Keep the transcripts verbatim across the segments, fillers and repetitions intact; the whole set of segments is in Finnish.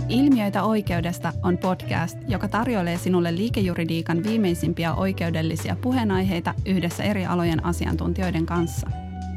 Ilmiöitä oikeudesta on podcast, joka tarjoilee sinulle liikejuridiikan viimeisimpiä oikeudellisia puheenaiheita yhdessä eri alojen asiantuntijoiden kanssa.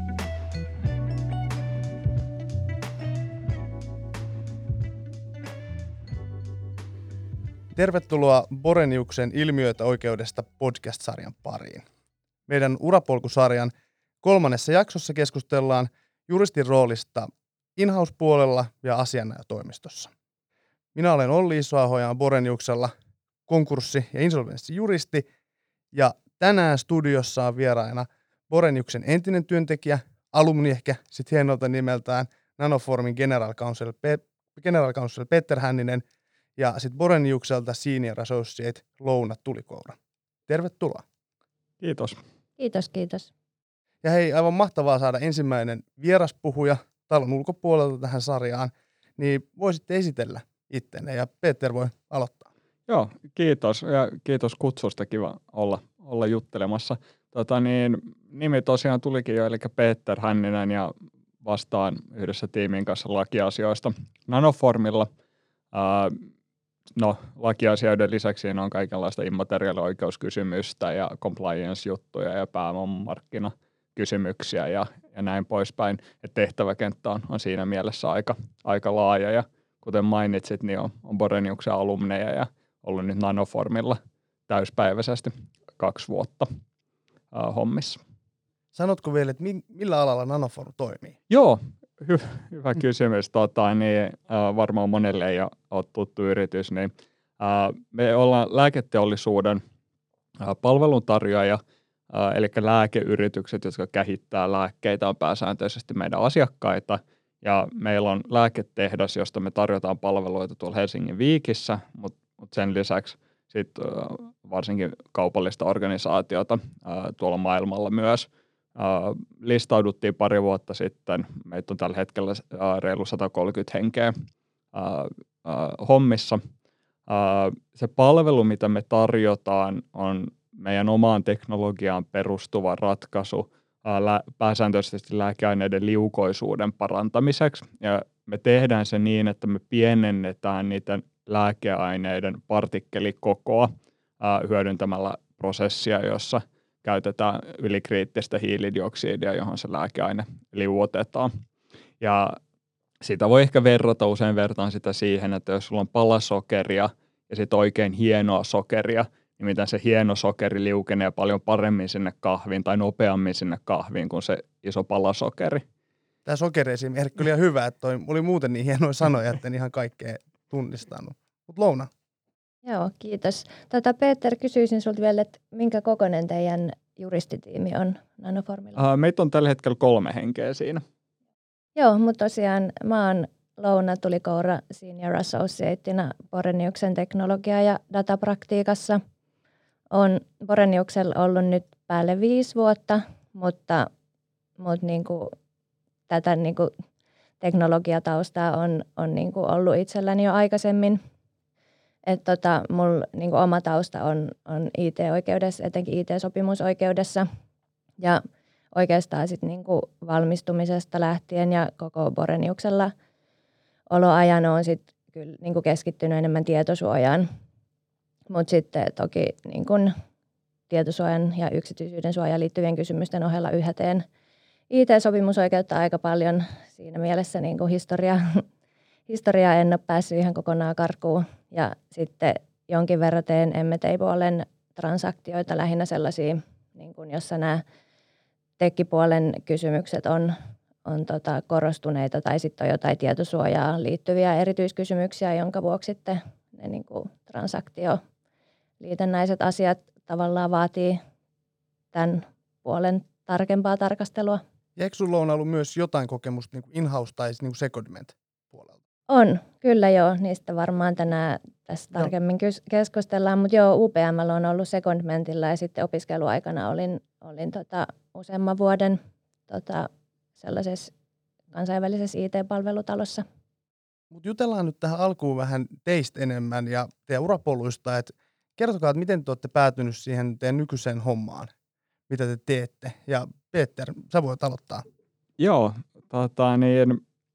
Tervetuloa Boreniuksen Ilmiöitä oikeudesta podcast-sarjan pariin. Meidän Urapolku-sarjan kolmannessa jaksossa keskustellaan juristin roolista in-house-puolella ja asianajotoimistossa. Minä olen Olli Isoaho ja olen Boreniuksella konkurssi- ja insolvenssijuristi, ja tänään studiossa on vieraina Boreniuksen entinen työntekijä, alumni ehkä sitten hienolta nimeltään Nanoformin General Counsel, Pe- General Counsel Petter Hänninen ja sitten Boreniukselta Senior Associate Louna Tulikoura. Tervetuloa. Kiitos. Kiitos, kiitos. Ja hei, aivan mahtavaa saada ensimmäinen vieraspuhuja talon ulkopuolelta tähän sarjaan, niin voisitte esitellä ittenne ja Peter voi aloittaa. Joo, kiitos ja kiitos kutsusta, kiva olla, olla juttelemassa. Tota niin, nimi tosiaan tulikin jo, eli Petter Hänninen ja vastaan yhdessä tiimin kanssa lakiasioista Nanoformilla. Ää, no, lakiasioiden lisäksi on kaikenlaista immateriaalioikeuskysymystä ja compliance-juttuja ja pääomamarkkinakysymyksiä ja, ja näin poispäin. Et tehtäväkenttä on, on siinä mielessä aika, aika laaja ja kuten mainitsit, niin on, on Boreniuksen alumneja ja ollut nyt Nanoformilla täyspäiväisesti kaksi vuotta äh, hommissa. Sanotko vielä, että millä alalla Nanoform toimii? Joo, hy- hyvä kysymys. Tota, niin, äh, varmaan monelle ei ole tuttu yritys. Niin, äh, me ollaan lääketeollisuuden äh, palveluntarjoaja, äh, eli lääkeyritykset, jotka kehittää lääkkeitä, on pääsääntöisesti meidän asiakkaita. Ja meillä on lääketehdas, josta me tarjotaan palveluita tuolla Helsingin Viikissä, mutta mut sen lisäksi sit, äh, varsinkin kaupallista organisaatiota äh, tuolla maailmalla myös. Äh, listauduttiin pari vuotta sitten, meitä on tällä hetkellä äh, reilu sata kolmekymmentä henkeä äh, äh, hommissa. Äh, se palvelu, mitä me tarjotaan, on meidän omaan teknologiaan perustuva ratkaisu pääsääntöisesti lääkeaineiden liukoisuuden parantamiseksi. Ja me tehdään se niin, että me pienennetään niiden lääkeaineiden partikkelikokoa ää, hyödyntämällä prosessia, jossa käytetään ylikriittistä hiilidioksidia, johon se lääkeaine liuotetaan. Ja sitä voi ehkä verrata, usein vertaan sitä siihen, että jos sulla on palasokeria ja sitten oikein hienoa sokeria, niin miten se hieno sokeri liukenee paljon paremmin sinne kahviin tai nopeammin sinne kahviin kuin se iso palasokeri. Tämä sokeriesimerkki oli hyvä, että toi oli muuten niin hienoja sanoja, että en ihan kaikkea tunnistanut. Mutta Louna. Joo, kiitos. Tätä Peter, kysyisin sinulta vielä, että minkä kokoinen teidän juristitiimi on Nanoformilla? Uh, meitä on tällä hetkellä kolme henkeä siinä. Joo, mutta tosiaan mä oon Louna Tulikoura Senior Associateina Boreniuksen teknologia- ja datapraktiikassa. On Boreniuksella ollut nyt päälle viisi vuotta, mutta, mutta niin kuin tätä niin kuin teknologiataustaa on, on niin kuin ollut itselläni jo aikaisemmin. Et tota, mulla niin kuin oma tausta on, on I T-oikeudessa, etenkin I T-sopimusoikeudessa. Ja oikeastaan sit niin kuin valmistumisesta lähtien ja koko Boreniuksella oloajan on sit kyllä niin kuin keskittynyt enemmän tietosuojaan. Mutta sitten toki niin kun tietosuojan ja yksityisyyden suojaan liittyvien kysymysten ohella yhä teen I T-sopimusoikeutta aika paljon. Siinä mielessä niin kun historia, historiaa en ole päässyt ihan kokonaan karkuun. Ja sitten jonkin verran teen M and A-puolen transaktioita, lähinnä sellaisia, niin kun jossa nämä tekkipuolen kysymykset on, on tota korostuneita tai sitten on jotain tietosuojaan liittyviä erityiskysymyksiä, jonka vuoksi sitten ne niin kun transaktio liitännäiset asiat tavallaan vaatii tämän puolen tarkempaa tarkastelua. Ja eikö sinulla on ollut myös jotain kokemusta niin kuin in-house tai niin kuin secondment puolelta? On, kyllä joo. Niistä varmaan tänään tässä tarkemmin joo. keskustellaan. Mutta joo, U P M:llä on ollut secondmentilla ja sitten opiskeluaikana olin, olin tota useamman vuoden tota sellaisessa kansainvälisessä I T-palvelutalossa. Mutta jutellaan nyt tähän alkuun vähän teistä enemmän ja teidän urapoluista, että kertokaa, että miten te olette päätynyt siihen teidän nykyiseen hommaan, mitä te teette. Ja Peter, sä voit aloittaa. Joo, tota, niin,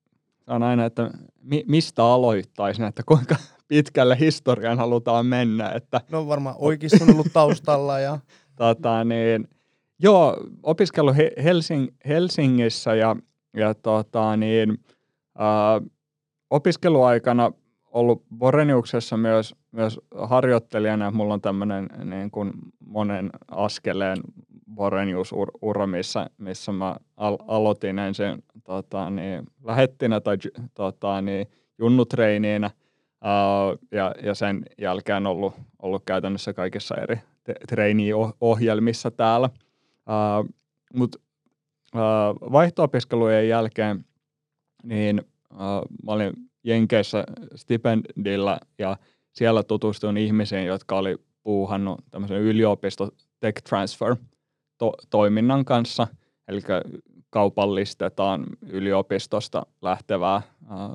on aina, että mi, mistä aloittaisin, että kuinka pitkälle historiaan halutaan mennä. Että, no varmaan oikeissa on ollut taustalla. Ja... tota, niin, joo, opiskellut Helsing, Helsingissä ja, ja tota, niin, äh, opiskeluaikana ollut Boreniuksessa myös, myös harjoittelijana. Mulla on tämmöinen niin kuin monen askeleen Borenius-ura, missä, missä mä al- aloitin ensin tota, niin, lähettinä tai tota, niin, junnutreiniinä uh, ja, ja sen jälkeen ollut, ollut käytännössä kaikissa eri te- treini-ohjelmissa täällä. Uh, Mutta uh, vaihto-opiskelujen jälkeen niin, uh, mä olin Jenkeissä stipendillä ja siellä tutustuin ihmisiin, jotka oli puuhannut tämmöisen yliopisto tech transfer to- toiminnan kanssa, eli kaupallistetaan yliopistosta lähtevää ää,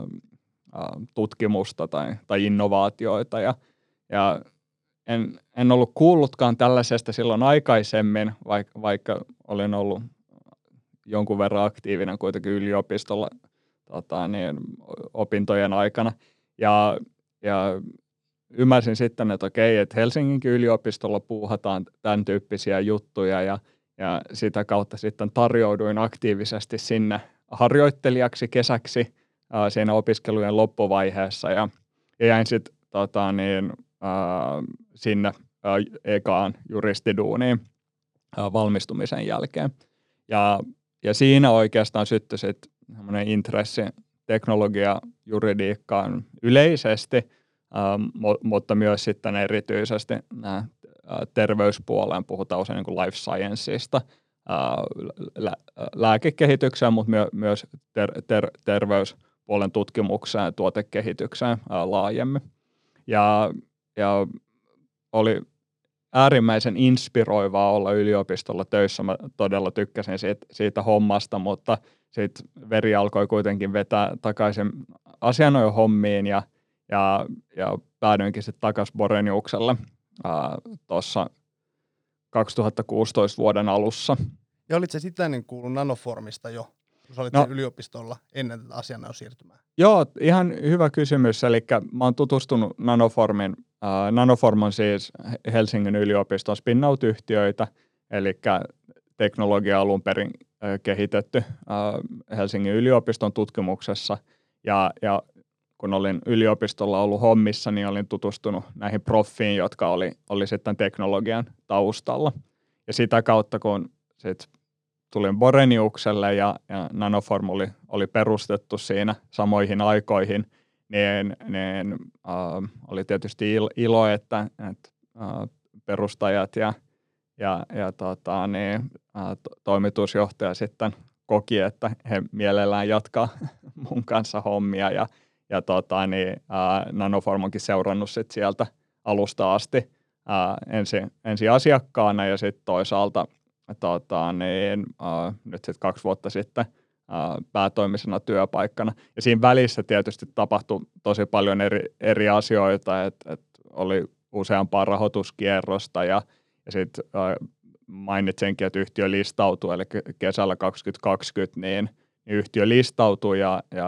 ää, tutkimusta tai, tai innovaatioita ja, ja en, en ollut kuullutkaan tällaisesta silloin aikaisemmin, vaikka, vaikka olin ollut jonkun verran aktiivinen kuitenkin yliopistolla tota, niin, opintojen aikana. Ja, ja ymmärsin sitten, että okei, että Helsinginkin yliopistolla puuhataan tämän tyyppisiä juttuja ja, ja sitä kautta sitten tarjouduin aktiivisesti sinne harjoittelijaksi kesäksi ää, siinä opiskelujen loppuvaiheessa ja, ja jäin sitten tota, niin, ää, sinne ää, ekaan juristiduuniin ää, valmistumisen jälkeen. Ja, ja siinä oikeastaan syttyi sitten semmoinen intressi teknologia juridiikkaan yleisesti, uh, mutta myös sitten erityisesti uh, terveyspuoleen, puhutaan usein niin kuin life scienceista, uh, lä- lääkekehitykseen, mutta my- myös ter- ter- terveyspuolen tutkimukseen ja tuotekehitykseen uh, laajemmin. Ja, ja oli äärimmäisen inspiroivaa olla yliopistolla töissä. Mä todella tykkäsin siitä, siitä hommasta, mutta sitten veri alkoi kuitenkin vetää takaisin asianajon hommiin ja, ja, ja päädyinkin sitten takaisin Boreniukselle tuossa kaksituhattakuusitoista vuoden alussa. Ja olit se sitten ennen kuullut Nanoformista jo, kun sä olit no, yliopistolla ennen tätä asianajon siirtymää? Joo, ihan hyvä kysymys. Eli mä oon tutustunut Nanoformin. Uh, Nanoform on siis Helsingin yliopiston spin-out-yhtiöitä, eli teknologia alun perin uh, kehitetty uh, Helsingin yliopiston tutkimuksessa. Ja, ja kun olin yliopistolla ollut hommissa, niin olin tutustunut näihin proffiin, jotka oli, oli sitten teknologian taustalla. Ja sitä kautta, kun sit tulin Boreniukselle ja, ja Nanoform oli, oli perustettu siinä samoihin aikoihin, niin, niin äh, oli tietysti ilo, että, että äh, perustajat ja, ja, ja tota, niin, äh, toimitusjohtaja sitten koki, että he mielellään jatkaa mun kanssa hommia ja, ja tota, niin, äh, Nanoform onkin seurannut sit sieltä alusta asti äh, ensin, ensin asiakkaana ja sitten toisaalta tota, niin, äh, nyt sitten kaksi vuotta sitten päätoimisena työpaikkana. Ja siinä välissä tietysti tapahtui tosi paljon eri, eri asioita, että et oli useampaa rahoituskierrosta ja, ja sitten äh, mainitsenkin, että yhtiö listautui, eli kesällä kaksituhattakaksikymmentä niin, niin yhtiö listautui ja, ja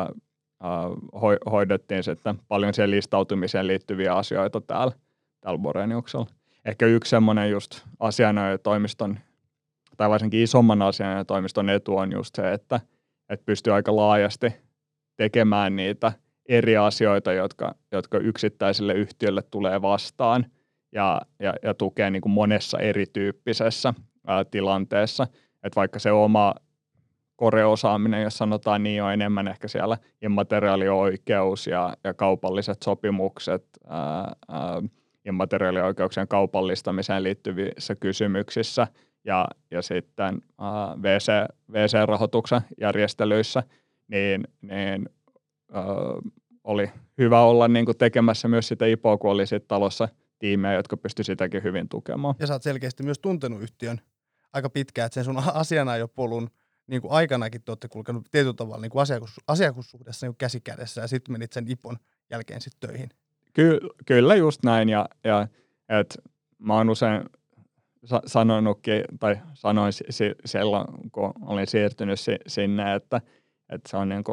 äh, hoidettiin sitten paljon siihen listautumiseen liittyviä asioita täällä, täällä Boreniuksella. Ehkä yksi semmoinen just asianajotoimiston, tai varsinkin isomman asianajotoimiston etu on just se, että että pystyy aika laajasti tekemään niitä eri asioita, jotka, jotka yksittäiselle yhtiölle tulee vastaan ja, ja, ja tukee niin kuin monessa erityyppisessä ää, tilanteessa. Että vaikka se oma core-osaaminen, jos sanotaan niin, on enemmän ehkä siellä immateriaalioikeus ja, ja kaupalliset sopimukset, ää, ää, immateriaalioikeuksien kaupallistamiseen liittyvissä kysymyksissä, Ja, ja sitten uh, V C, V C-rahoituksen järjestelyissä, niin, niin uh, oli hyvä olla niin kuin tekemässä myös sitä I P O, kun oli sit talossa tiimejä, jotka pystyi sitäkin hyvin tukemaan. Ja sä oot selkeästi myös tuntenut yhtiön aika pitkään, että sen sun asianajopolun niin kuin aikanakin te olette kulkenut tietyllä tavalla niin kuin asiakus, asiakussuhdessa niin käsi kädessä ja sitten menit sen I POn jälkeen sitten töihin. Ky- kyllä just näin ja, ja et mä oon usein sanonutkin, tai sanoin silloin, kun olin siirtynyt sinne, että, että se on niin kuin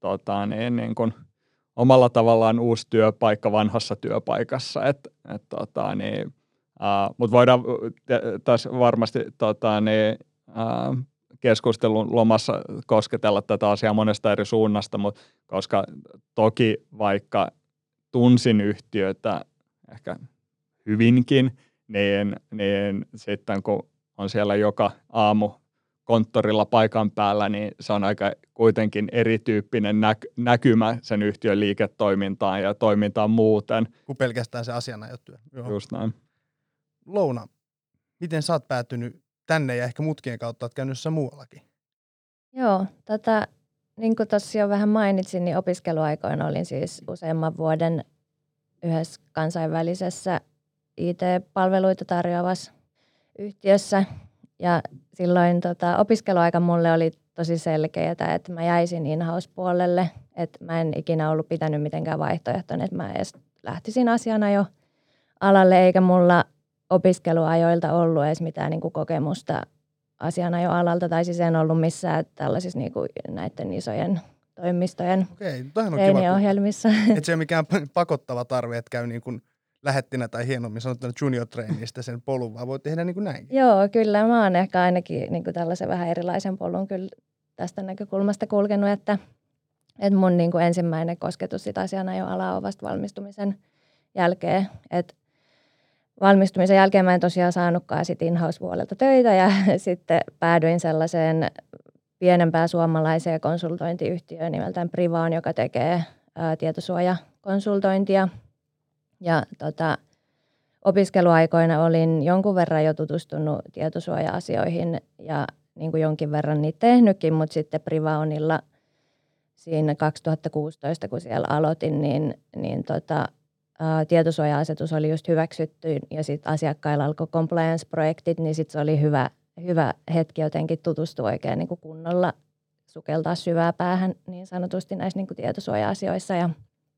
tota, niin, niin kuin omalla tavallaan uusi työpaikka vanhassa työpaikassa. Et, et, tota, niin, uh, mutta voidaan tässä varmasti tota, niin, uh, keskustelun lomassa kosketella tätä asiaa monesta eri suunnasta, mutta koska toki vaikka tunsin yhtiötä ehkä hyvinkin, niin, niin sitten kun on siellä joka aamu konttorilla paikan päällä, niin se on aika kuitenkin erityyppinen näk- näkymä sen yhtiön liiketoimintaan ja toimintaan muuten. Kuin pelkästään se asianajotyö. Joo. Just näin. Louna, miten sä oot päätynyt tänne ja ehkä mutkien kautta oot käynyt jossain muuallakin? Joo, tota, niin kuin tuossa jo vähän mainitsin, niin opiskeluaikoina olin siis useamman vuoden yhdessä kansainvälisessä I T-palveluita tarjoavassa yhtiössä. Ja silloin tota, opiskeluaika mulle oli tosi selkeää, että mä jäisin in-house-puolelle. Että mä en ikinä ollut pitänyt mitenkään vaihtoehtona, että mä edes lähtisin asiana jo alalle, eikä mulla opiskeluajoilta ollut edes mitään niin kuin kokemusta asiana jo alalta, tai siis en ollut missään tällaisissa niin kuin näiden isojen toimistojen treeniohjelmissa. Että se ei ole mikään pakottava tarve, että käy niin kuin lähettinä tai hienommin sanottuna junior trainista sen polun, vaan voi tehdä niin kuin näinkin. Joo, kyllä. Mä oon ehkä ainakin niin kuin tällaisen vähän erilaisen polun kyllä tästä näkökulmasta kulkenut, että, että mun niin kuin ensimmäinen kosketus sit asiana jo alaa on vasta valmistumisen jälkeen. Et valmistumisen jälkeen mä en tosiaan saanutkaan sit in-house-puolelta töitä ja sitten päädyin sellaiseen pienempään suomalaiseen konsultointiyhtiöön nimeltään Privaan, joka tekee ää, tietosuojakonsultointia. Ja tota, opiskeluaikoina olin jonkun verran jo tutustunut tietosuoja-asioihin ja niin kuin jonkin verran niitä tehnytkin, mutta sitten Privaonilla siinä kaksituhattakuusitoista, kun siellä aloitin, niin, niin tota, ä, tietosuoja-asetus oli just hyväksytty ja sitten asiakkailla alkoi compliance-projektit, niin sitten se oli hyvä, hyvä hetki jotenkin tutustua oikein niin kuin kunnolla, sukeltaa syvää päähän niin sanotusti näissä niin kuin tietosuoja-asioissa. Ja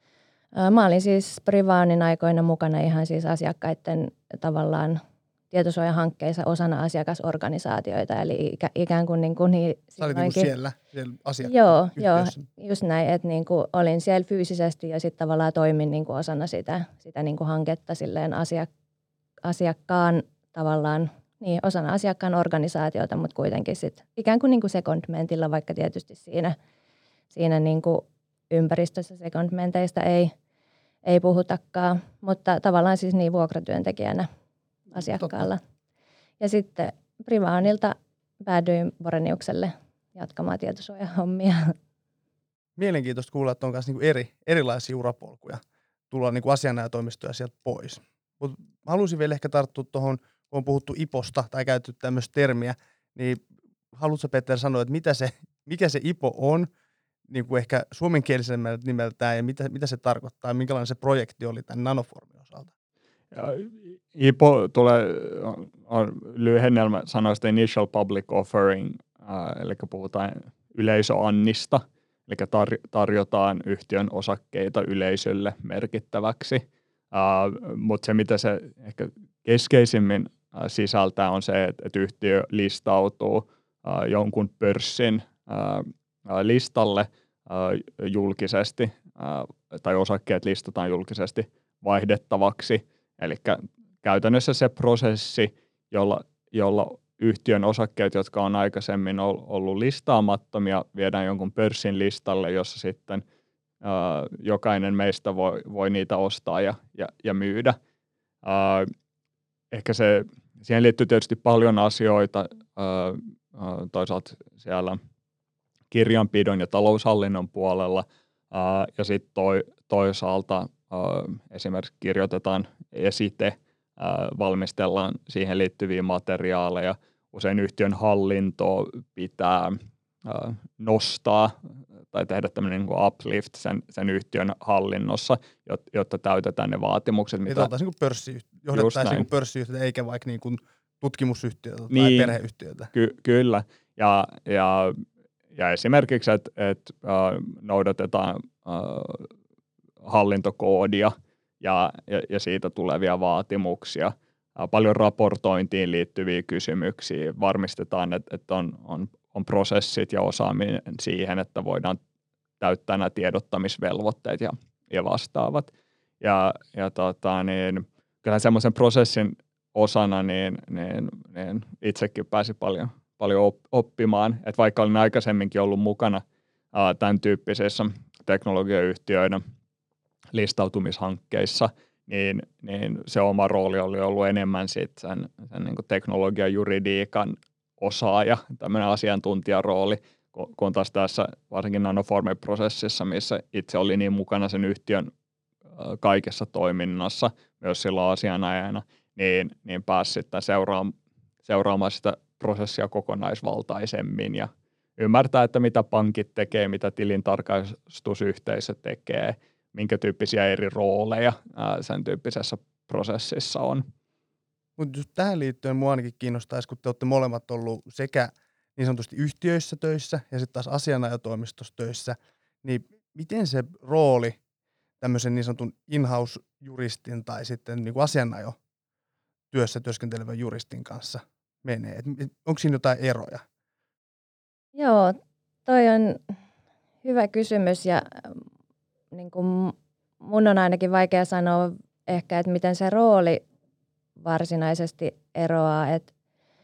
mä olin siis Privaanin aikoina mukana ihan siis asiakkaiden tavallaan tietosuojahankkeissa osana asiakasorganisaatioita, eli ikä, ikään kuin niin kuin niin sä olit niin kuin siellä, siellä asiakkaan Joo, joo, just näin, että niin kuin olin siellä fyysisesti ja sitten tavallaan toimin niin kuin osana sitä, sitä niin kuin hanketta silleen asiak, asiakkaan tavallaan, niin osana asiakkaan organisaatiota, mutta kuitenkin sitten ikään kuin, niin kuin secondmentilla, vaikka tietysti siinä, siinä niin kuin ympäristössä secondmenteistä ei, ei puhutakaan, mutta tavallaan siis niin vuokratyöntekijänä asiakkaalla. Totta. Ja sitten Privaanilta päädyin Boreniukselle jatkamaan tietosuojahommia. Mielenkiintoista kuulla, että on myös niinku eri, erilaisia urapolkuja tulla niinku asianajotoimistoja sieltä pois. Mutta haluaisin vielä ehkä tarttua tuohon, kun on puhuttu I P Osta tai käytetty tämmöistä termiä, niin haluatko Peter sanoa, että mitä se, mikä se I P O on, niin kuin ehkä suomenkielisellä nimeltään, ja mitä, mitä se tarkoittaa, ja minkälainen se projekti oli tämän Nanoformin osalta? I P O tulee, on, on lyhennelmä sanoista Initial Public Offering, äh, eli puhutaan yleisöannista, eli tar- tarjotaan yhtiön osakkeita yleisölle merkittäväksi, äh, mutta se mitä se ehkä keskeisimmin äh, sisältää on se, että, että yhtiö listautuu äh, jonkun pörssin äh, listalle julkisesti, tai osakkeet listataan julkisesti vaihdettavaksi. Eli käytännössä se prosessi, jolla, jolla yhtiön osakkeet, jotka on aikaisemmin ollut listaamattomia, viedään jonkun pörssin listalle, jossa sitten ää, jokainen meistä voi, voi niitä ostaa ja, ja, ja myydä. Ää, ehkä se, siihen liittyy tietysti paljon asioita, ää, toisaalta siellä kirjanpidon ja taloushallinnon puolella, ää, ja sitten toi, toisaalta ää, esimerkiksi kirjoitetaan esite, ää, valmistellaan siihen liittyviä materiaaleja, usein yhtiön hallintoa pitää ää, nostaa tai tehdä tämmöinen niin kuin uplift sen, sen yhtiön hallinnossa, jotta täytetään ne vaatimukset. Mitä oltaisiin niin pörssiyhtiötä, johdettaisiin niin pörssiyhtiötä eikä vaikka niin kuin tutkimusyhtiötä tai niin, perheyhtiötä. Ky- kyllä, ja, ja Ja esimerkiksi, että et, äh, noudatetaan äh, hallintokoodia ja, ja, ja siitä tulevia vaatimuksia. Äh, paljon raportointiin liittyviä kysymyksiä. Varmistetaan, että et on, on, on prosessit ja osaaminen siihen, että voidaan täyttää nämä tiedottamisvelvoitteet ja, ja vastaavat. Ja, ja tota, niin, kyllähän semmoisen prosessin osana niin, niin, niin itsekin pääsi paljon, paljon oppimaan, että vaikka olin aikaisemminkin ollut mukana ää, tämän tyyppisissä teknologiayhtiöiden listautumishankkeissa, niin, niin se oma rooli oli ollut enemmän sit sen, sen niin kuin teknologiajuridiikan osaaja, tämmöinen asiantuntijarooli, kun taas tässä varsinkin Nanoform-prosessissa, missä itse oli niin mukana sen yhtiön kaikessa toiminnassa, myös silloin asianajana, niin, niin pääsi sitten seuraamaan, seuraamaan sitä prosessia kokonaisvaltaisemmin ja ymmärtää, että mitä pankit tekee, mitä tilintarkastusyhteisö tekee, minkä tyyppisiä eri rooleja ää, sen tyyppisessä prosessissa on. Mutta just tähän liittyen mua ainakin kiinnostaisi, kun te olette molemmat ollut sekä niin sanotusti yhtiöissä töissä ja sitten taas asianajatoimistossa töissä, niin miten se rooli tämmöisen niin sanotun in-house-juristin tai sitten niin kuin asianajo työssä työskentelevän juristin kanssa menee? Et onko siinä jotain eroja? Joo, toi on hyvä kysymys ja niin kuin mun on ainakin vaikea sanoa ehkä, että miten se rooli varsinaisesti eroaa. Et,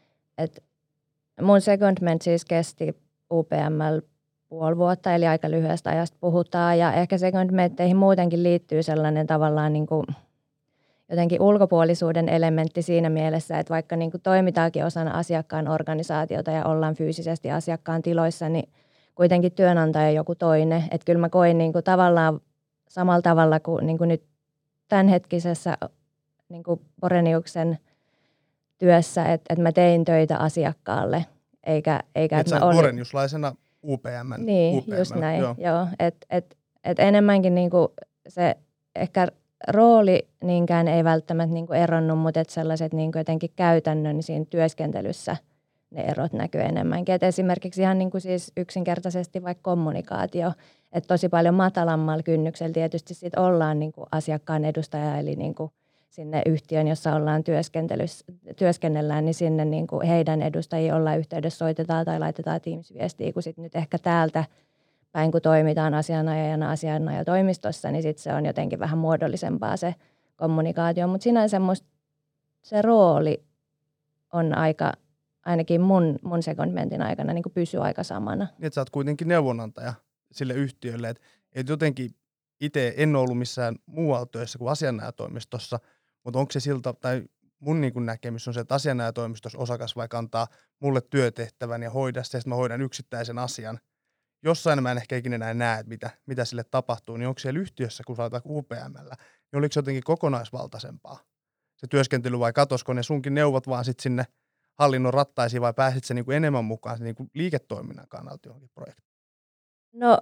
et mun secondment siis kesti U P M:llä puoli vuotta, eli aika lyhyestä ajasta puhutaan. Ja ehkä secondmentteihin muutenkin liittyy sellainen tavallaan niin kuin jotenkin ulkopuolisuuden elementti siinä mielessä, että vaikka niin kuin toimitaankin osana asiakkaan organisaatiota ja ollaan fyysisesti asiakkaan tiloissa, niin kuitenkin työnantaja joku toinen. Että kyllä mä koin niin kuin tavallaan samalla tavalla kuin, niin kuin nyt tämänhetkisessä niin kuin Boreniuksen työssä, että, että mä tein töitä asiakkaalle. Eikä, eikä, että sä boreniuslaisena U P M. Niin, U P M, just näin. joo. Joo, että et, et enemmänkin niin kuin se ehkä rooli niinkään ei välttämättä niin kuin eronnut, mutta et sellaiset niin kuin jotenkin käytännön niin siinä työskentelyssä ne erot näkyy enemmänkin. Et esimerkiksi ihan niin kuin siis yksinkertaisesti vaikka kommunikaatio, että tosi paljon matalammalla kynnyksellä tietysti sit ollaan niin kuin asiakkaan edustaja, eli niin kuin sinne yhtiön, jossa ollaan työskennellään, niin sinne niin kuin heidän edustajia ollaan yhteydessä, soitetaan tai laitetaan Teams-viestiä, kun sitten nyt ehkä täältä päin, kun toimitaan asianajajana asianajatoimistossa, niin sitten se on jotenkin vähän muodollisempaa se kommunikaatio, mutta sinänsä musta se rooli on aika, ainakin mun, mun secondmentin aikana niin kuin pysyy aika samana. Niin, että sä oot kuitenkin neuvonantaja sille yhtiölle, että et jotenkin itse en ollut missään muualla töissä kuin asianajatoimistossa, mutta onko se siltä, tai mun niin kuin näkemys on se, että asianajatoimistossa osakas vaikka antaa mulle työtehtävän ja hoida se, että mä hoidan yksittäisen asian. Jossain mä en ehkä ikinä enää näe, että mitä, mitä sille tapahtuu, niin onko siellä yhtiössä, kun sä olet U P M:llä, niin oliko se jotenkin kokonaisvaltaisempaa se työskentely vai katosko ne sunkin neuvot vaan sitten sinne hallinnon rattaisiin vai pääsit se niin kuin enemmän mukaan niin kuin liiketoiminnan kannalta johonkin projektiin? No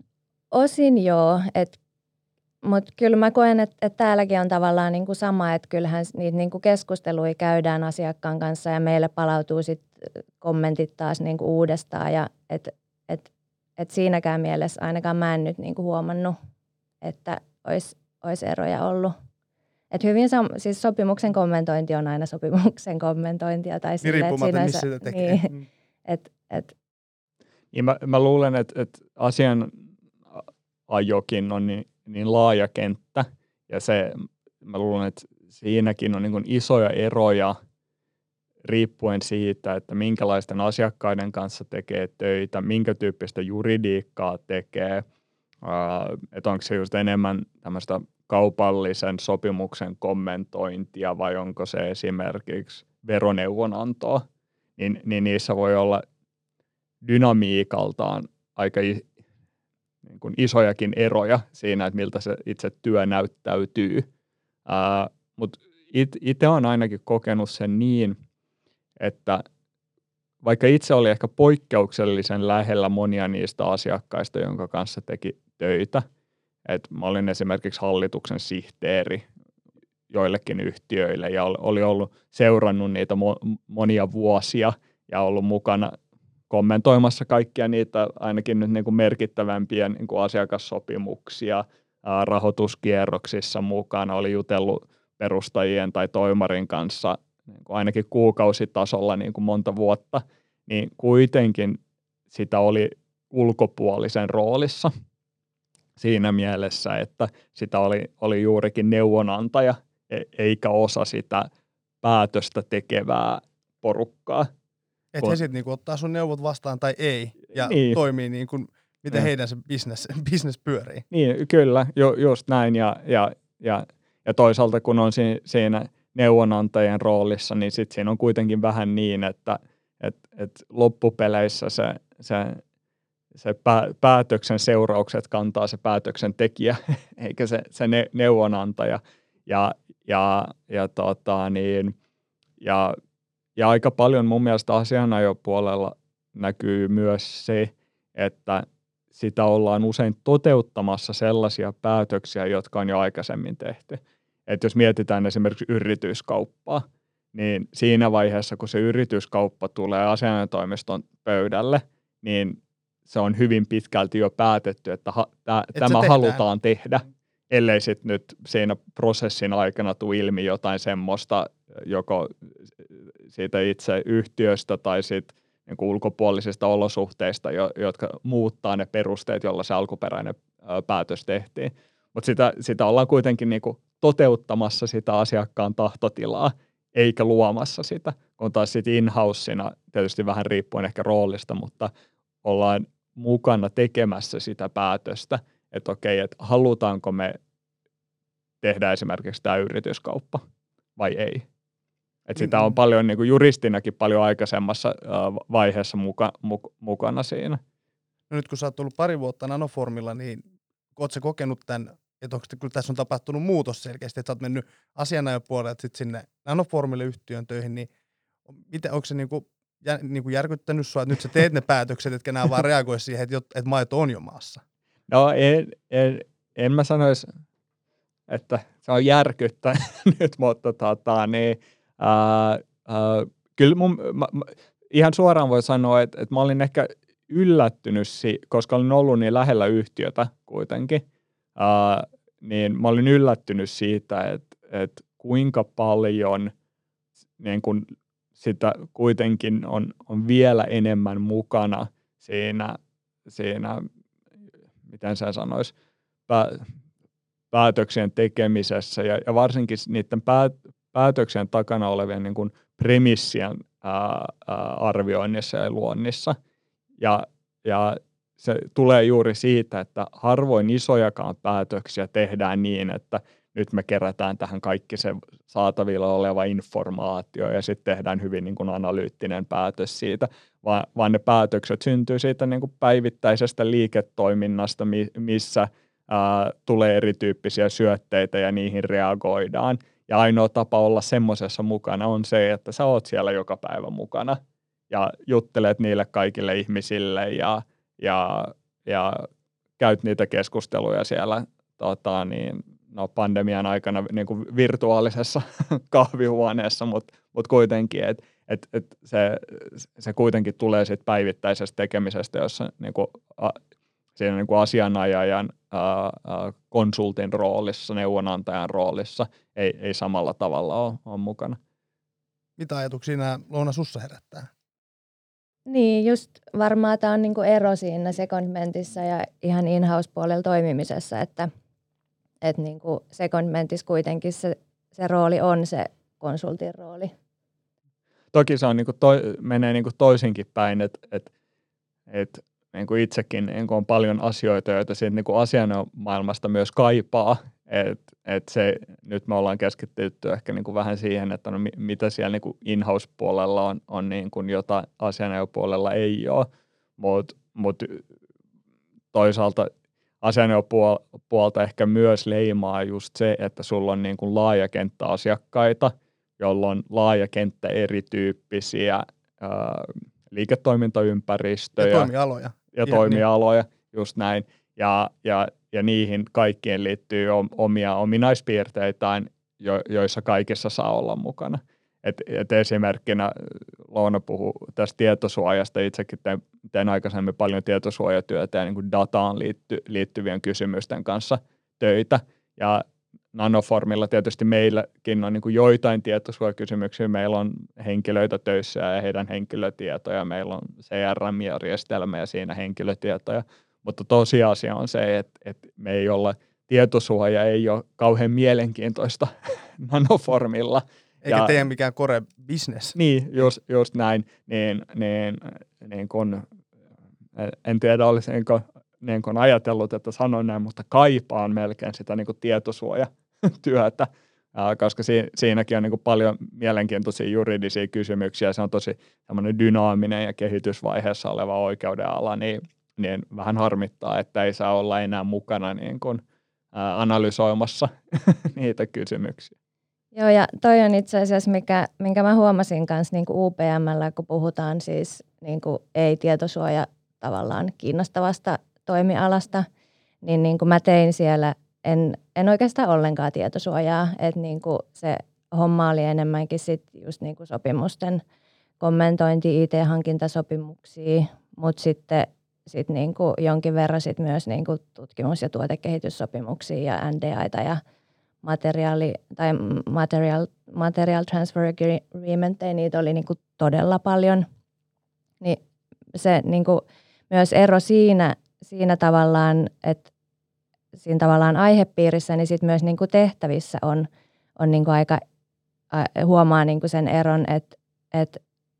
osin joo, että mutta kyllä mä koen, että, että täälläkin on tavallaan niinku sama, että kyllähän niitä niinku keskusteluja käydään asiakkaan kanssa ja meille palautuu sitten kommentit taas niinku uudestaan. Ja et, et, et siinäkään mielessä ainakaan mä en nyt niinku huomannut, että olisi olis eroja ollut. Et hyvin sam- siis sopimuksen kommentointi on aina sopimuksen kommentointia. Tai niin riippumatta, missä sitä tekee. Niin, mm. et, et. Ja mä, mä luulen, että, että asian ajokin on niin niin laaja kenttä, ja se, mä luulen, että siinäkin on niin kuin isoja eroja riippuen siitä, että minkälaisten asiakkaiden kanssa tekee töitä, minkä tyyppistä juridiikkaa tekee, että onko se just enemmän tämmöistä kaupallisen sopimuksen kommentointia vai onko se esimerkiksi veroneuvonantoa, niin, niin niissä voi olla dynamiikaltaan aika niin kuin isojakin eroja siinä, että miltä se itse työ näyttäytyy. Mutta itse olen ainakin kokenut sen niin, että vaikka itse oli ehkä poikkeuksellisen lähellä monia niistä asiakkaista, jonka kanssa teki töitä, että mä olin esimerkiksi hallituksen sihteeri joillekin yhtiöille ja oli ollut seurannut niitä mo- monia vuosia ja ollut mukana kommentoimassa kaikkia niitä ainakin nyt niin kuin merkittävämpiä niin kuin asiakassopimuksia ää, rahoituskierroksissa mukana, oli jutellut perustajien tai toimarin kanssa niin kuin ainakin kuukausitasolla niin kuin monta vuotta, niin kuitenkin sitä oli ulkopuolisen roolissa. siinä mielessä, että sitä oli, oli juurikin neuvonantaja eikä osa sitä päätöstä tekevää porukkaa. Että kun he sitten niinku ottaa sun neuvot vastaan tai ei ja niin. toimii niin kuin miten ja. heidän se business, business pyörii. Niin, kyllä, ju, just näin. Ja, ja, ja, ja toisaalta kun on si, siinä neuvonantajien roolissa, niin sitten siinä on kuitenkin vähän niin, että et, et loppupeleissä se, se, se pää, päätöksen seuraukset kantaa se päätöksentekijä, eikä se, se ne, neuvonantaja. Ja, ja, ja, tota, niin, ja, ja aika paljon mun mielestä asianajopuolella näkyy myös se, että sitä ollaan usein toteuttamassa sellaisia päätöksiä, jotka on jo aikaisemmin tehty. Että jos mietitään esimerkiksi yrityskauppaa, niin siinä vaiheessa, kun se yrityskauppa tulee asianajotoimiston pöydälle, niin se on hyvin pitkälti jo päätetty, että ha, tä, Et tämä halutaan tehdä, ellei sitten nyt siinä prosessin aikana tule ilmi jotain semmoista, joko siitä itse yhtiöstä tai sitten niin kuin ulkopuolisista olosuhteista, jotka muuttaa ne perusteet, jolla se alkuperäinen päätös tehtiin. Mutta sitä, sitä ollaan kuitenkin niin kuin toteuttamassa sitä asiakkaan tahtotilaa, eikä luomassa sitä, kun taas sitten in-housena, tietysti vähän riippuen ehkä roolista, mutta ollaan mukana tekemässä sitä päätöstä, että okei, että halutaanko me tehdä esimerkiksi tämä yrityskauppa vai ei. Että sitä on paljon niin kuin juristinakin paljon aikaisemmassa vaiheessa muka, muk, mukana siinä. No nyt kun sä oot ollut pari vuotta Nanoformilla, niin ootko sä kokenut tämän, että onko kyllä tässä on tapahtunut muutos selkeästi, että sä oot mennyt asianajopuolelta sitten sinne Nanoformille yhtiön töihin, niin miten, onko se niin kuin, jä, niin kuin järkyttänyt sua, että nyt sä teet ne päätökset, etkä nää vaan reagoi siihen, että, että maito on jo maassa? No en, en, en mä sanoisi, että se on järkyttänyt nyt, mutta tota, niin, ää, ää, kyllä mun, mä, mä, ihan suoraan voi sanoa, että, että mä olin ehkä yllättynyt, koska olin ollut niin lähellä yhtiötä kuitenkin, ää, niin mä olin yllättynyt siitä, että, että kuinka paljon niin kun sitä kuitenkin on, on vielä enemmän mukana siinä, siinä miten sä sanois, pää, päätöksien tekemisessä ja, ja varsinkin niiden pää, päätöksien takana olevien niin kuin premissien ää, ää, arvioinnissa ja luonnissa. Ja, ja se tulee juuri siitä, että harvoin isojakaan päätöksiä tehdään niin, että nyt me kerätään tähän kaikki se saatavilla oleva informaatio ja sitten tehdään hyvin niin kuin analyyttinen päätös siitä, vaan, vaan ne päätökset syntyy siitä niin kuin päivittäisestä liiketoiminnasta, missä ää, tulee erityyppisiä syötteitä ja niihin reagoidaan. Ja ainoa tapa olla semmoisessa mukana on se, että sä oot siellä joka päivä mukana ja juttelet niille kaikille ihmisille ja, ja, ja käyt niitä keskusteluja siellä tota, niin, no, pandemian aikana niin kuin virtuaalisessa kahvihuoneessa, mutta mut kuitenkin, että et, et se, se kuitenkin tulee siitä päivittäisestä tekemisestä, jossa niin kuin, a, siinä niin kuin asianajajan ää, ää, konsultin roolissa, neuvonantajan roolissa ei, ei samalla tavalla ole, ole mukana. Mitä ajatuksia nämä Loona sussa herättää? Niin, just varmaan tämä on niinku ero siinä secondmentissä ja ihan in-house-puolella toimimisessa, että et niinku secondmentissä kuitenkin se, se rooli on se konsultin rooli. Toki se on niinku toi, menee niinku toisinkin päin, että et, et, niinku itsekin niinku on paljon asioita, joita siitä niinku asianmaailmasta myös kaipaa. Et, et se, nyt me ollaan keskittytty ehkä niinku vähän siihen, että no, mitä siellä niinku in-house-puolella on, on niinku, jota asianajopuolella ei ole, mutta mut toisaalta asianajopuolta ehkä myös leimaa just se, että sulla on niinku laaja kenttä asiakkaita, jolla on laaja kenttä erityyppisiä ää, liiketoimintaympäristöjä. Ja toimialoja. Ja toimialoja, niin. Just näin. Ja, ja, ja niihin kaikkien liittyy omia ominaispiirteitään, jo, joissa kaikissa saa olla mukana. Et, et esimerkkinä Loona puhui tästä tietosuojasta. Itsekin teen, teen aikaisemmin paljon tietosuojatyötä ja niin kuin dataan liitty, liittyvien kysymysten kanssa töitä. Ja Nanoformilla tietysti meilläkin on niin kuin joitain tietosuojakysymyksiä. Meillä on henkilöitä töissä ja heidän henkilötietoja. Meillä on C R M-järjestelmä ja siinä henkilötietoja. mutta tosiasia on se, että, että me ei olla, tietosuoja ei ole kauhean mielenkiintoista nanoformilla. Eikä ja, teidän mikään core business. Niin, just, just näin. Niin, niin, niin kun, en tiedä, olisinko niin kun ajatellut, että sanon näin, mutta kaipaan melkein sitä niin kun tietosuojatyötä, koska siinäkin on niin kuin paljon mielenkiintoisia juridisia kysymyksiä. Se on tosi semmoinen dynaaminen ja kehitysvaiheessa oleva oikeudenala, niin, niin vähän harmittaa, että ei saa olla enää mukana niin kuin, ää, analysoimassa niitä kysymyksiä. Joo, ja toi on itse asiassa, mikä, minkä mä huomasin kanssa niin kuin U P M:llä, kun puhutaan siis niin kuin ei-tietosuoja tavallaan kiinnostavasta toimialasta, niin, niin kuin mä tein siellä En, en oikeastaan ollenkaan tietosuojaa, että niinku se homma oli enemmänkin sit just niinku sopimusten kommentointi, I T-hankintasopimuksia, mutta sitten sit niinku jonkin verran sit myös niinku tutkimus- ja tuotekehityssopimuksia ja N D A:ta ja materiaali, tai material, material transfer agreementteja, niitä oli niinku todella paljon. Niin se niinku myös ero siinä, siinä tavallaan, että siinä tavallaan aihepiirissä, niin sitten myös niinku tehtävissä on, on niinku aika, äh, huomaa niinku sen eron, että et,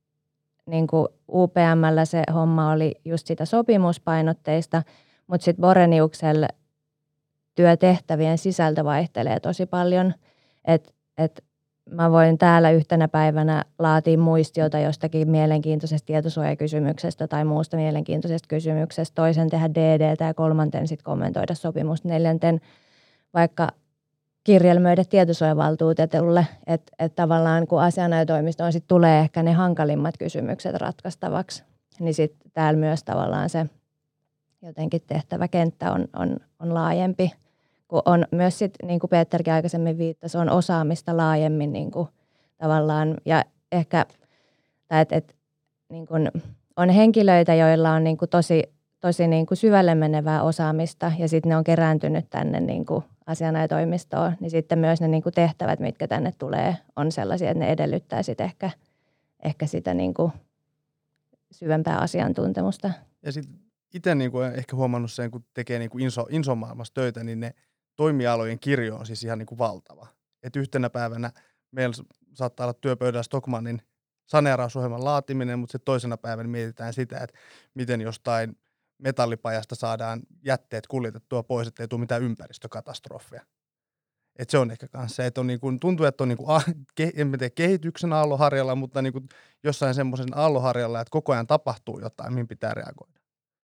niinku U P M:llä se homma oli just sitä sopimuspainotteista, mutta sitten Boreniuksella työtehtävien sisältö vaihtelee tosi paljon. Että et mä voin täällä yhtenä päivänä laatia muistiota jostakin mielenkiintoisesta tietosuojakysymyksestä tai muusta mielenkiintoisesta kysymyksestä, toisen tehdä D D:tä ja kolmanten sitten kommentoida sopimusta, neljänten vaikka kirjelmöidä tietosuojavaltuutetulle, että et tavallaan kun asianajotoimistoon sitten tulee ehkä ne hankalimmat kysymykset ratkaistavaksi, niin sitten täällä myös tavallaan se jotenkin tehtäväkenttä on, on, on laajempi. Kun on myös sit, niin kuin Peterkin aikaisemmin viittasi, on osaamista laajemmin niin kuin tavallaan, ja ehkä, tai et, et, niin kuin on henkilöitä, joilla on niin kuin tosi, tosi niin kuin syvälle menevää osaamista, ja sitten ne on kerääntynyt tänne niin kuin asianajotoimistoon, niin sitten myös ne niin kuin tehtävät, mitkä tänne tulee, on sellaisia, että ne edellyttää sit ehkä, ehkä sitä niin kuin syvempää asiantuntemusta. Ja sitten itse niin kuin ehkä huomannut sen, kun tekee niin kuin inso, insomaailmassa töitä, niin ne toimialojen kirjo on siis ihan niin kuin valtava. Et yhtenä päivänä meillä saattaa olla työpöydällä Stockmannin saneerausohjelman laatiminen, mutta sitten toisena päivänä mietitään sitä, että miten jostain metallipajasta saadaan jätteet kuljetettua pois, ettei tule mitään ympäristökatastrofeja. Et se on ehkä kanssa se, että on niin kuin, tuntuu, että on niin kuin, en tiedä, kehityksen aallonharjalla, mutta niin kuin jossain semmoisen aallonharjalla, että koko ajan tapahtuu jotain, mihin pitää reagoida.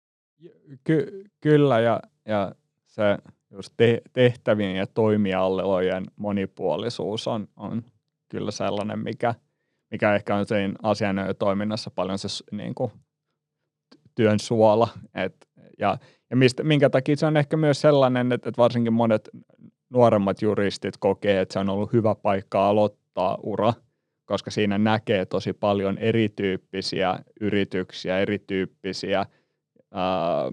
Ky- kyllä, ja, ja se just te- tehtävien ja toimialojen monipuolisuus on, on kyllä sellainen, mikä, mikä ehkä on siinä asianajotoiminnassa paljon se niin kuin, työn suola. Et, ja ja mistä, minkä takia se on ehkä myös sellainen, että, että varsinkin monet nuoremmat juristit kokee, että se on ollut hyvä paikka aloittaa ura, koska siinä näkee tosi paljon erityyppisiä yrityksiä, erityyppisiä ää,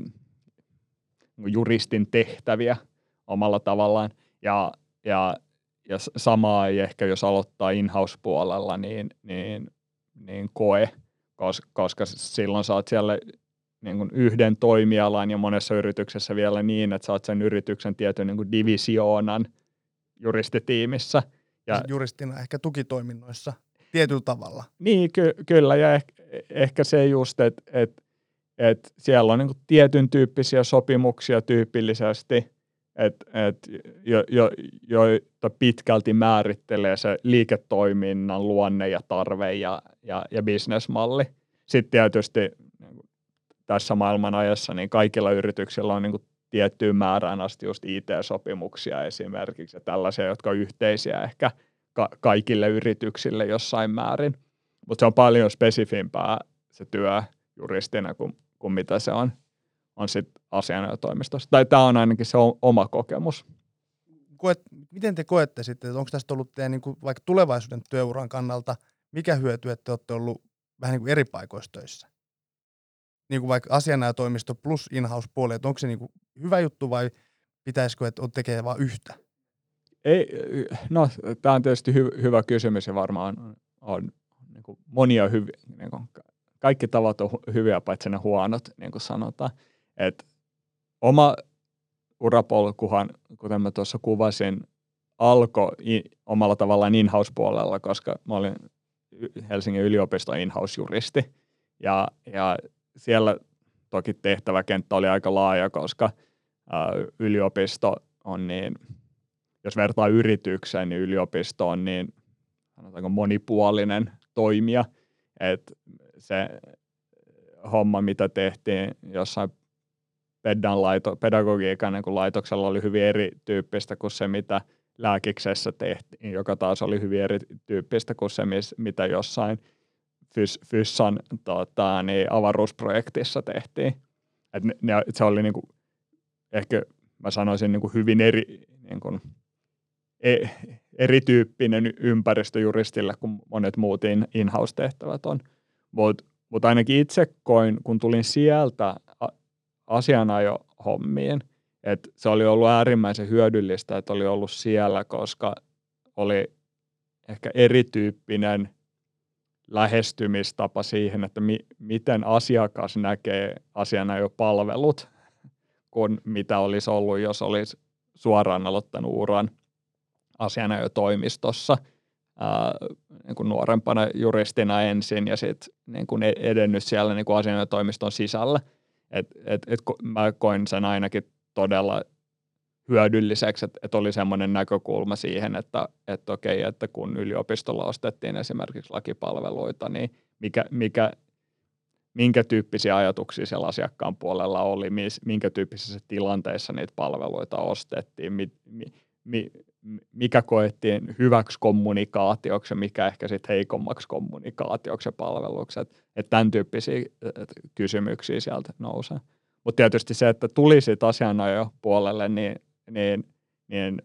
juristin tehtäviä omalla tavallaan. Ja, ja, ja samaa ei ehkä, jos aloittaa in-house-puolella, niin, niin, niin koe, koska, koska silloin saat siellä niin kuin yhden toimialan ja monessa yrityksessä vielä niin, että saat sen yrityksen tietyn niin kuin divisioonan juristitiimissä. Ja juristina ehkä tukitoiminnoissa tietyllä tavalla. Niin, ky- kyllä, ja ehkä, ehkä se just, että et, et siellä on niin kuin tietyn tyyppisiä sopimuksia tyypillisesti, että et, jo, jo, joita pitkälti määrittelee se liiketoiminnan luonne ja tarve ja, ja, ja bisnesmalli. Sitten tietysti tässä maailman ajassa niin kaikilla yrityksillä on niin kuin tiettyyn määrään asti just I T-sopimuksia esimerkiksi ja tällaisia, jotka on yhteisiä ehkä ka- kaikille yrityksille jossain määrin. Mutta se on paljon spesifimpää se työ juristina kuin, kuin mitä se on, on sitten asianajotoimistossa. Tai tämä on ainakin se oma kokemus. Koet, miten te koette sitten, että onko tästä ollut teidän niin kuin, vaikka tulevaisuuden työuran kannalta, mikä hyöty, että te olette ollut vähän niin kuin eri paikoissa töissä? Niin kuin vaikka asianajotoimisto plus in-house-puoli, että onko se niin kuin hyvä juttu vai pitäisikö, että tekee vain yhtä? Ei, no, tämä on tietysti hy- hyvä kysymys ja varmaan on, on niin kuin monia hyviä, niin kuin kaikki tavat on hyviä, paitsi ne huonot, niin kuin sanotaan. Et, oma urapolkuhan, kuten mä tuossa kuvasin, alkoi omalla tavallaan in-house-puolella, koska mä olin Helsingin yliopiston in-house-juristi. Ja, ja siellä toki tehtäväkenttä oli aika laaja, koska ää, yliopisto on niin, jos vertaa yritykseen, niin yliopisto on niin sanotaanko monipuolinen toimija, että se homma, mitä tehtiin jossain pedan laito, pedagogiikan niin kuin laitoksella oli hyvin erityyppistä kuin se, mitä lääkiksessä tehtiin, joka taas oli hyvin erityyppistä kuin se, mitä jossain Fys, Fyssan tota, niin avaruusprojektissa tehtiin. Et ne, ne, se oli niin kuin, ehkä mä sanoisin niin kuin hyvin eri, niin kuin, e, erityyppinen ympäristö juristille kuin monet muut in-house-tehtävät on. Mutta mut ainakin itse koin, kun tulin sieltä asianajo-hommiin, että se oli ollut äärimmäisen hyödyllistä, että oli ollut siellä, koska oli ehkä erityyppinen lähestymistapa siihen, että mi- miten asiakas näkee asianajopalvelut, kuin mitä olisi ollut, jos olisi suoraan aloittanut uran asianajotoimistossa ää, niin kuin nuorempana juristina ensin ja sitten niin kuin edennyt siellä niin kuin asianajotoimiston sisällä. Et, et, et, mä koin sen ainakin todella hyödylliseksi, että et oli semmoinen näkökulma siihen, että et okei, että kun yliopistolla ostettiin esimerkiksi lakipalveluita, niin mikä, mikä, minkä tyyppisiä ajatuksia siellä asiakkaan puolella oli, minkä tyyppisissä tilanteissa niitä palveluita ostettiin, mi, mi, mi, mikä koettiin hyväksi kommunikaatioksi ja mikä ehkä sitten heikommaksi kommunikaatioksi ja palveluksi. Että et tämän tyyppisiä et, kysymyksiä sieltä nousee. Mutta tietysti se, että tuli siitä asianajo puolelle, niin, niin, niin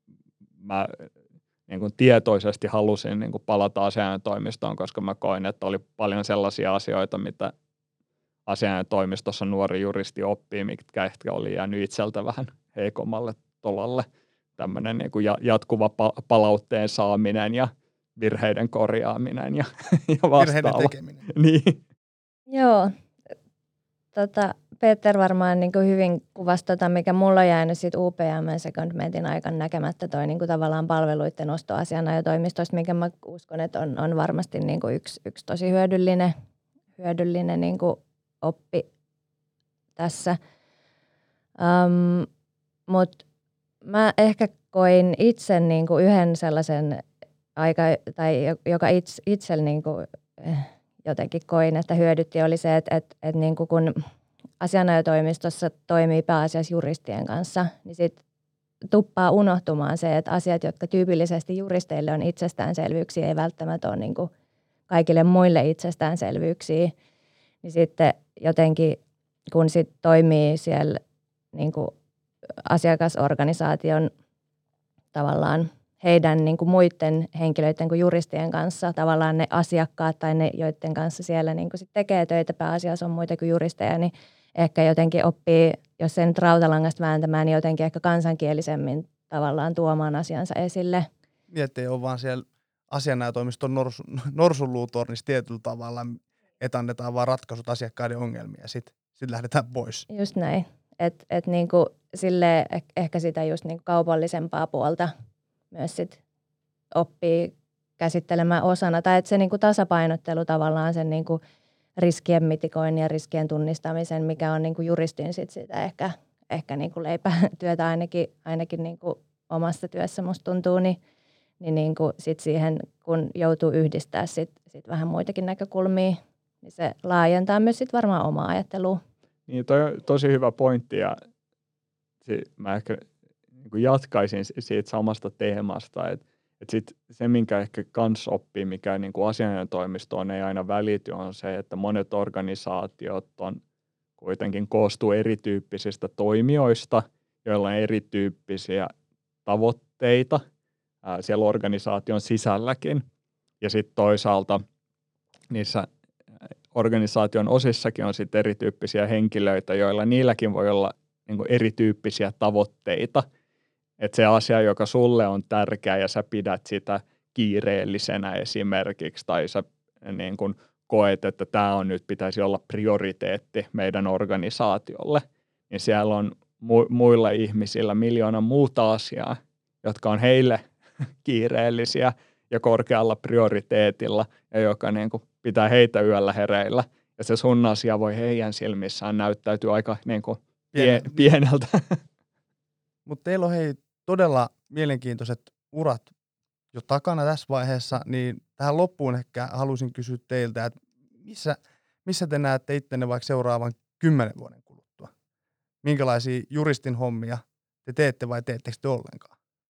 mä niin kun tietoisesti halusin niin kun palata asianajotoimistoon, koska mä koin, että oli paljon sellaisia asioita, mitä asianajotoimistossa nuori juristi oppii, mitkä ehkä oli jäänyt itseltä vähän heikommalle tolalle. Tämmöinen niin kuin jatkuva palautteen saaminen ja virheiden korjaaminen ja, ja vastaava. Virheiden tekeminen. Niin. Joo. Tota, Peter varmaan niin kuin hyvin kuvasi tota, mikä mulla on jäänyt siitä U P M secondmentin aikana näkemättä toi niin kuin tavallaan palveluiden ostoasianajotoimistosta, mikä mä uskon, että on, on varmasti niin kuin yksi, yksi tosi hyödyllinen, hyödyllinen niin kuin oppi tässä. Um, Mutta mä ehkä koin itse niin kuin yhden sellaisen aika, tai joka itse, itsellä niin kuin, jotenkin koin, että hyödytti, oli se, että, että, että niin kuin kun asianajotoimistossa toimii pääasiassa juristien kanssa, niin sitten tuppaa unohtumaan se, että asiat, jotka tyypillisesti juristeille on itsestäänselvyyksiä, ei välttämättä ole niin kuin kaikille muille itsestäänselvyyksiä. Niin sitten jotenkin, kun sit toimii siellä niin kuin asiakasorganisaation tavallaan heidän niin kuin muiden henkilöiden kuin juristien kanssa, tavallaan ne asiakkaat tai ne, joiden kanssa siellä niin kuin sit tekee töitä, pääasiassa on muita kuin juristeja, niin ehkä jotenkin oppii, jos sen rautalangasta vääntämään, niin jotenkin ehkä kansankielisemmin tavallaan tuomaan asiansa esille. Niin, ettei ole vaan siellä asianajotoimiston norsu, norsunluutornissa tietyllä tavalla, että annetaan vaan ratkaisut asiakkaiden ongelmia ja sitten sit lähdetään pois. Just näin. Että et niinku silleen ehkä sitä just niinku kaupallisempaa puolta myös sit oppii käsittelemään osana. Tai että se niinku tasapainottelu tavallaan sen niinku riskien mitikoinnin ja riskien tunnistamisen, mikä on niinku juristin sit sitä ehkä, ehkä niinku leipätyötä ainakin, ainakin niinku omassa työssä musta tuntuu, niin, niin niinku sit siihen kun joutuu yhdistää sit, sit vähän muitakin näkökulmia, niin se laajentaa myös sit varmaan omaa ajattelua. Niin, toi on tosi hyvä pointti ja mä ehkä niin jatkaisin siitä samasta teemasta, että, että sit se, minkä ehkä kans oppii, mikä niin kuin asianajotoimistoon ei aina välity, on se, että monet organisaatiot on kuitenkin koostuu erityyppisistä toimijoista, joilla on erityyppisiä tavoitteita ää, siellä organisaation sisälläkin ja sitten toisaalta niissä organisaation osissakin on sitten erityyppisiä henkilöitä, joilla niilläkin voi olla niin kuin erityyppisiä tavoitteita. Että se asia, joka sulle on tärkeä ja sä pidät sitä kiireellisenä esimerkiksi, tai sä niin kuin koet, että tämä on nyt pitäisi olla prioriteetti meidän organisaatiolle, niin siellä on mu- muilla ihmisillä miljoona muuta asiaa, jotka on heille kiireellisiä ja korkealla prioriteetilla ja joka niin kuin pitää heitä yöllä hereillä. Ja se sun asia voi heidän silmissään näyttäytyä aika niin kuin pie- pieneltä. Mutta teillä on hei todella mielenkiintoiset urat jo takana tässä vaiheessa, niin tähän loppuun ehkä haluaisin kysyä teiltä, että missä, missä te näette ittenne vaikka seuraavan kymmenen vuoden kuluttua? Minkälaisia juristin hommia te teette vai teettekö te ollenkaan?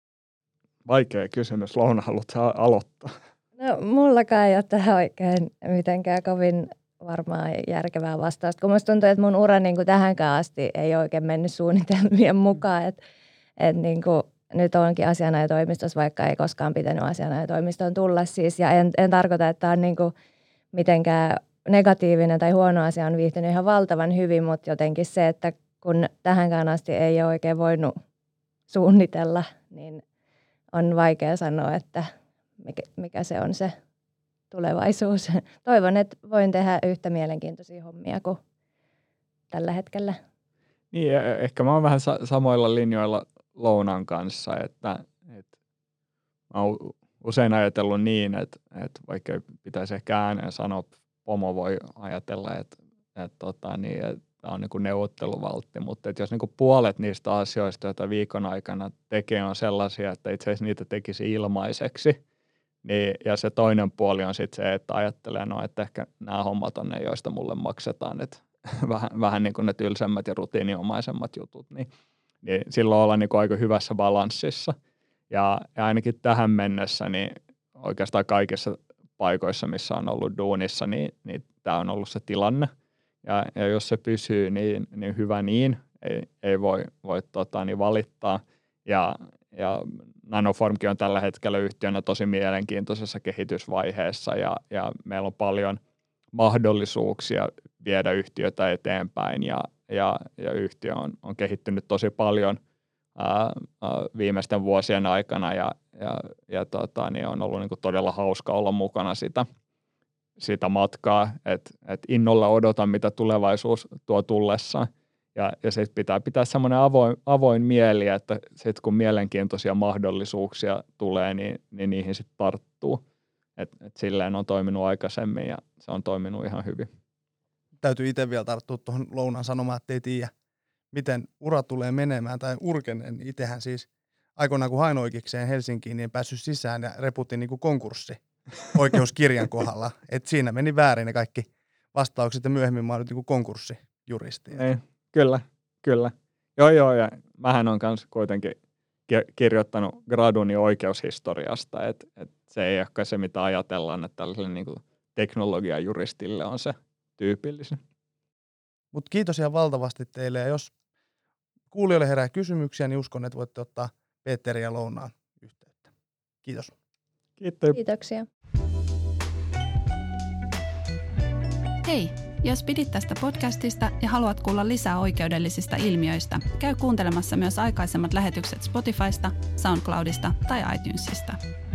Vaikea kysymys. Louna, haluatko aloittaa? No mullakaan ei ole tähän oikein mitenkään kovin varmaan järkevää vastausta, kun musta tuntuu, että mun ura niin kuin tähänkään asti ei oikein mennyt suunnitelmien mukaan, että et niin kuin nyt onkin asianajotoimistossa, vaikka ei koskaan pitänyt asianajotoimistoon tulla siis, ja en, en tarkoita, että tämä on niin kuin mitenkään negatiivinen tai huono asia, on viihtynyt ihan valtavan hyvin, mutta jotenkin se, että kun tähänkään asti ei ole oikein voinut suunnitella, niin on vaikea sanoa, että mikä, mikä se on se tulevaisuus. Toivon, että voin tehdä yhtä mielenkiintoisia hommia kuin tällä hetkellä. Niin, ehkä mä oon vähän sa- samoilla linjoilla Lounan kanssa, että, että mä oon usein ajatellut niin, että, että vaikka pitäisi ehkä ääneen sanoa, pomo voi ajatella, että, että, tota, niin, että tämä on niin kuin neuvotteluvaltti, mutta että jos niin kuin puolet niistä asioista, joita viikon aikana tekee, on sellaisia, että itse asiassa niitä tekisi ilmaiseksi, niin, ja se toinen puoli on sitten se, että ajattelee, no, että ehkä nämä hommat on ne, joista mulle maksetaan, että vähän, vähän niin kuin ne tylsemmät ja rutiiniomaisemmat jutut, niin, niin silloin ollaan niin kuin aika hyvässä balanssissa. Ja, ja ainakin tähän mennessä, niin oikeastaan kaikissa paikoissa, missä on ollut duunissa, niin, niin tämä on ollut se tilanne. Ja, ja jos se pysyy, niin, niin hyvä niin, ei, ei voi, voi tota, niin valittaa. Ja, ja Nanoformkin on tällä hetkellä yhtiönä tosi mielenkiintoisessa kehitysvaiheessa ja, ja meillä on paljon mahdollisuuksia viedä yhtiötä eteenpäin ja, ja, ja yhtiö on, on kehittynyt tosi paljon ää, ää, viimeisten vuosien aikana ja, ja, ja tota, niin on ollut niin kuin todella hauska olla mukana sitä, sitä matkaa, että et innolla odotan, mitä tulevaisuus tuo tullessaan. Ja, ja sitten pitää pitää semmoinen avoin, avoin mieli, että sit kun mielenkiintoisia mahdollisuuksia tulee, niin, niin niihin sitten tarttuu. Et, et silleen on toiminut aikaisemmin ja se on toiminut ihan hyvin. Täytyy itse vielä tarttua tuohon Lounan sanomaan, että ei tiedä, miten ura tulee menemään tai urkenen. Itsehän siis aikoinaan kun hain oikeikseen Helsinkiin, niin en päässyt sisään ja reputin niin kuin konkurssi oikeuskirjan kohdalla. Et siinä meni väärin ne kaikki vastaukset ja myöhemmin mä oon nyt niin kuin konkurssijuristi. Ei. Kyllä, kyllä. Joo, joo, ja mähän on myös kuitenkin kirjoittanut graduni oikeushistoriasta, että et se ei ehkä se, mitä ajatellaan, että tällaiselle niin kuin teknologiajuristille on se tyypillisin. Mutta kiitos ihan valtavasti teille, ja jos kuulijoille herää kysymyksiä, niin uskon, että voitte ottaa Peterin ja Lounaan yhteyttä. Kiitos. Kiitos. Kiitoksia. Hei! Jos pidit tästä podcastista ja haluat kuulla lisää oikeudellisista ilmiöistä, käy kuuntelemassa myös aikaisemmat lähetykset Spotifysta, SoundCloudista tai iTunesista.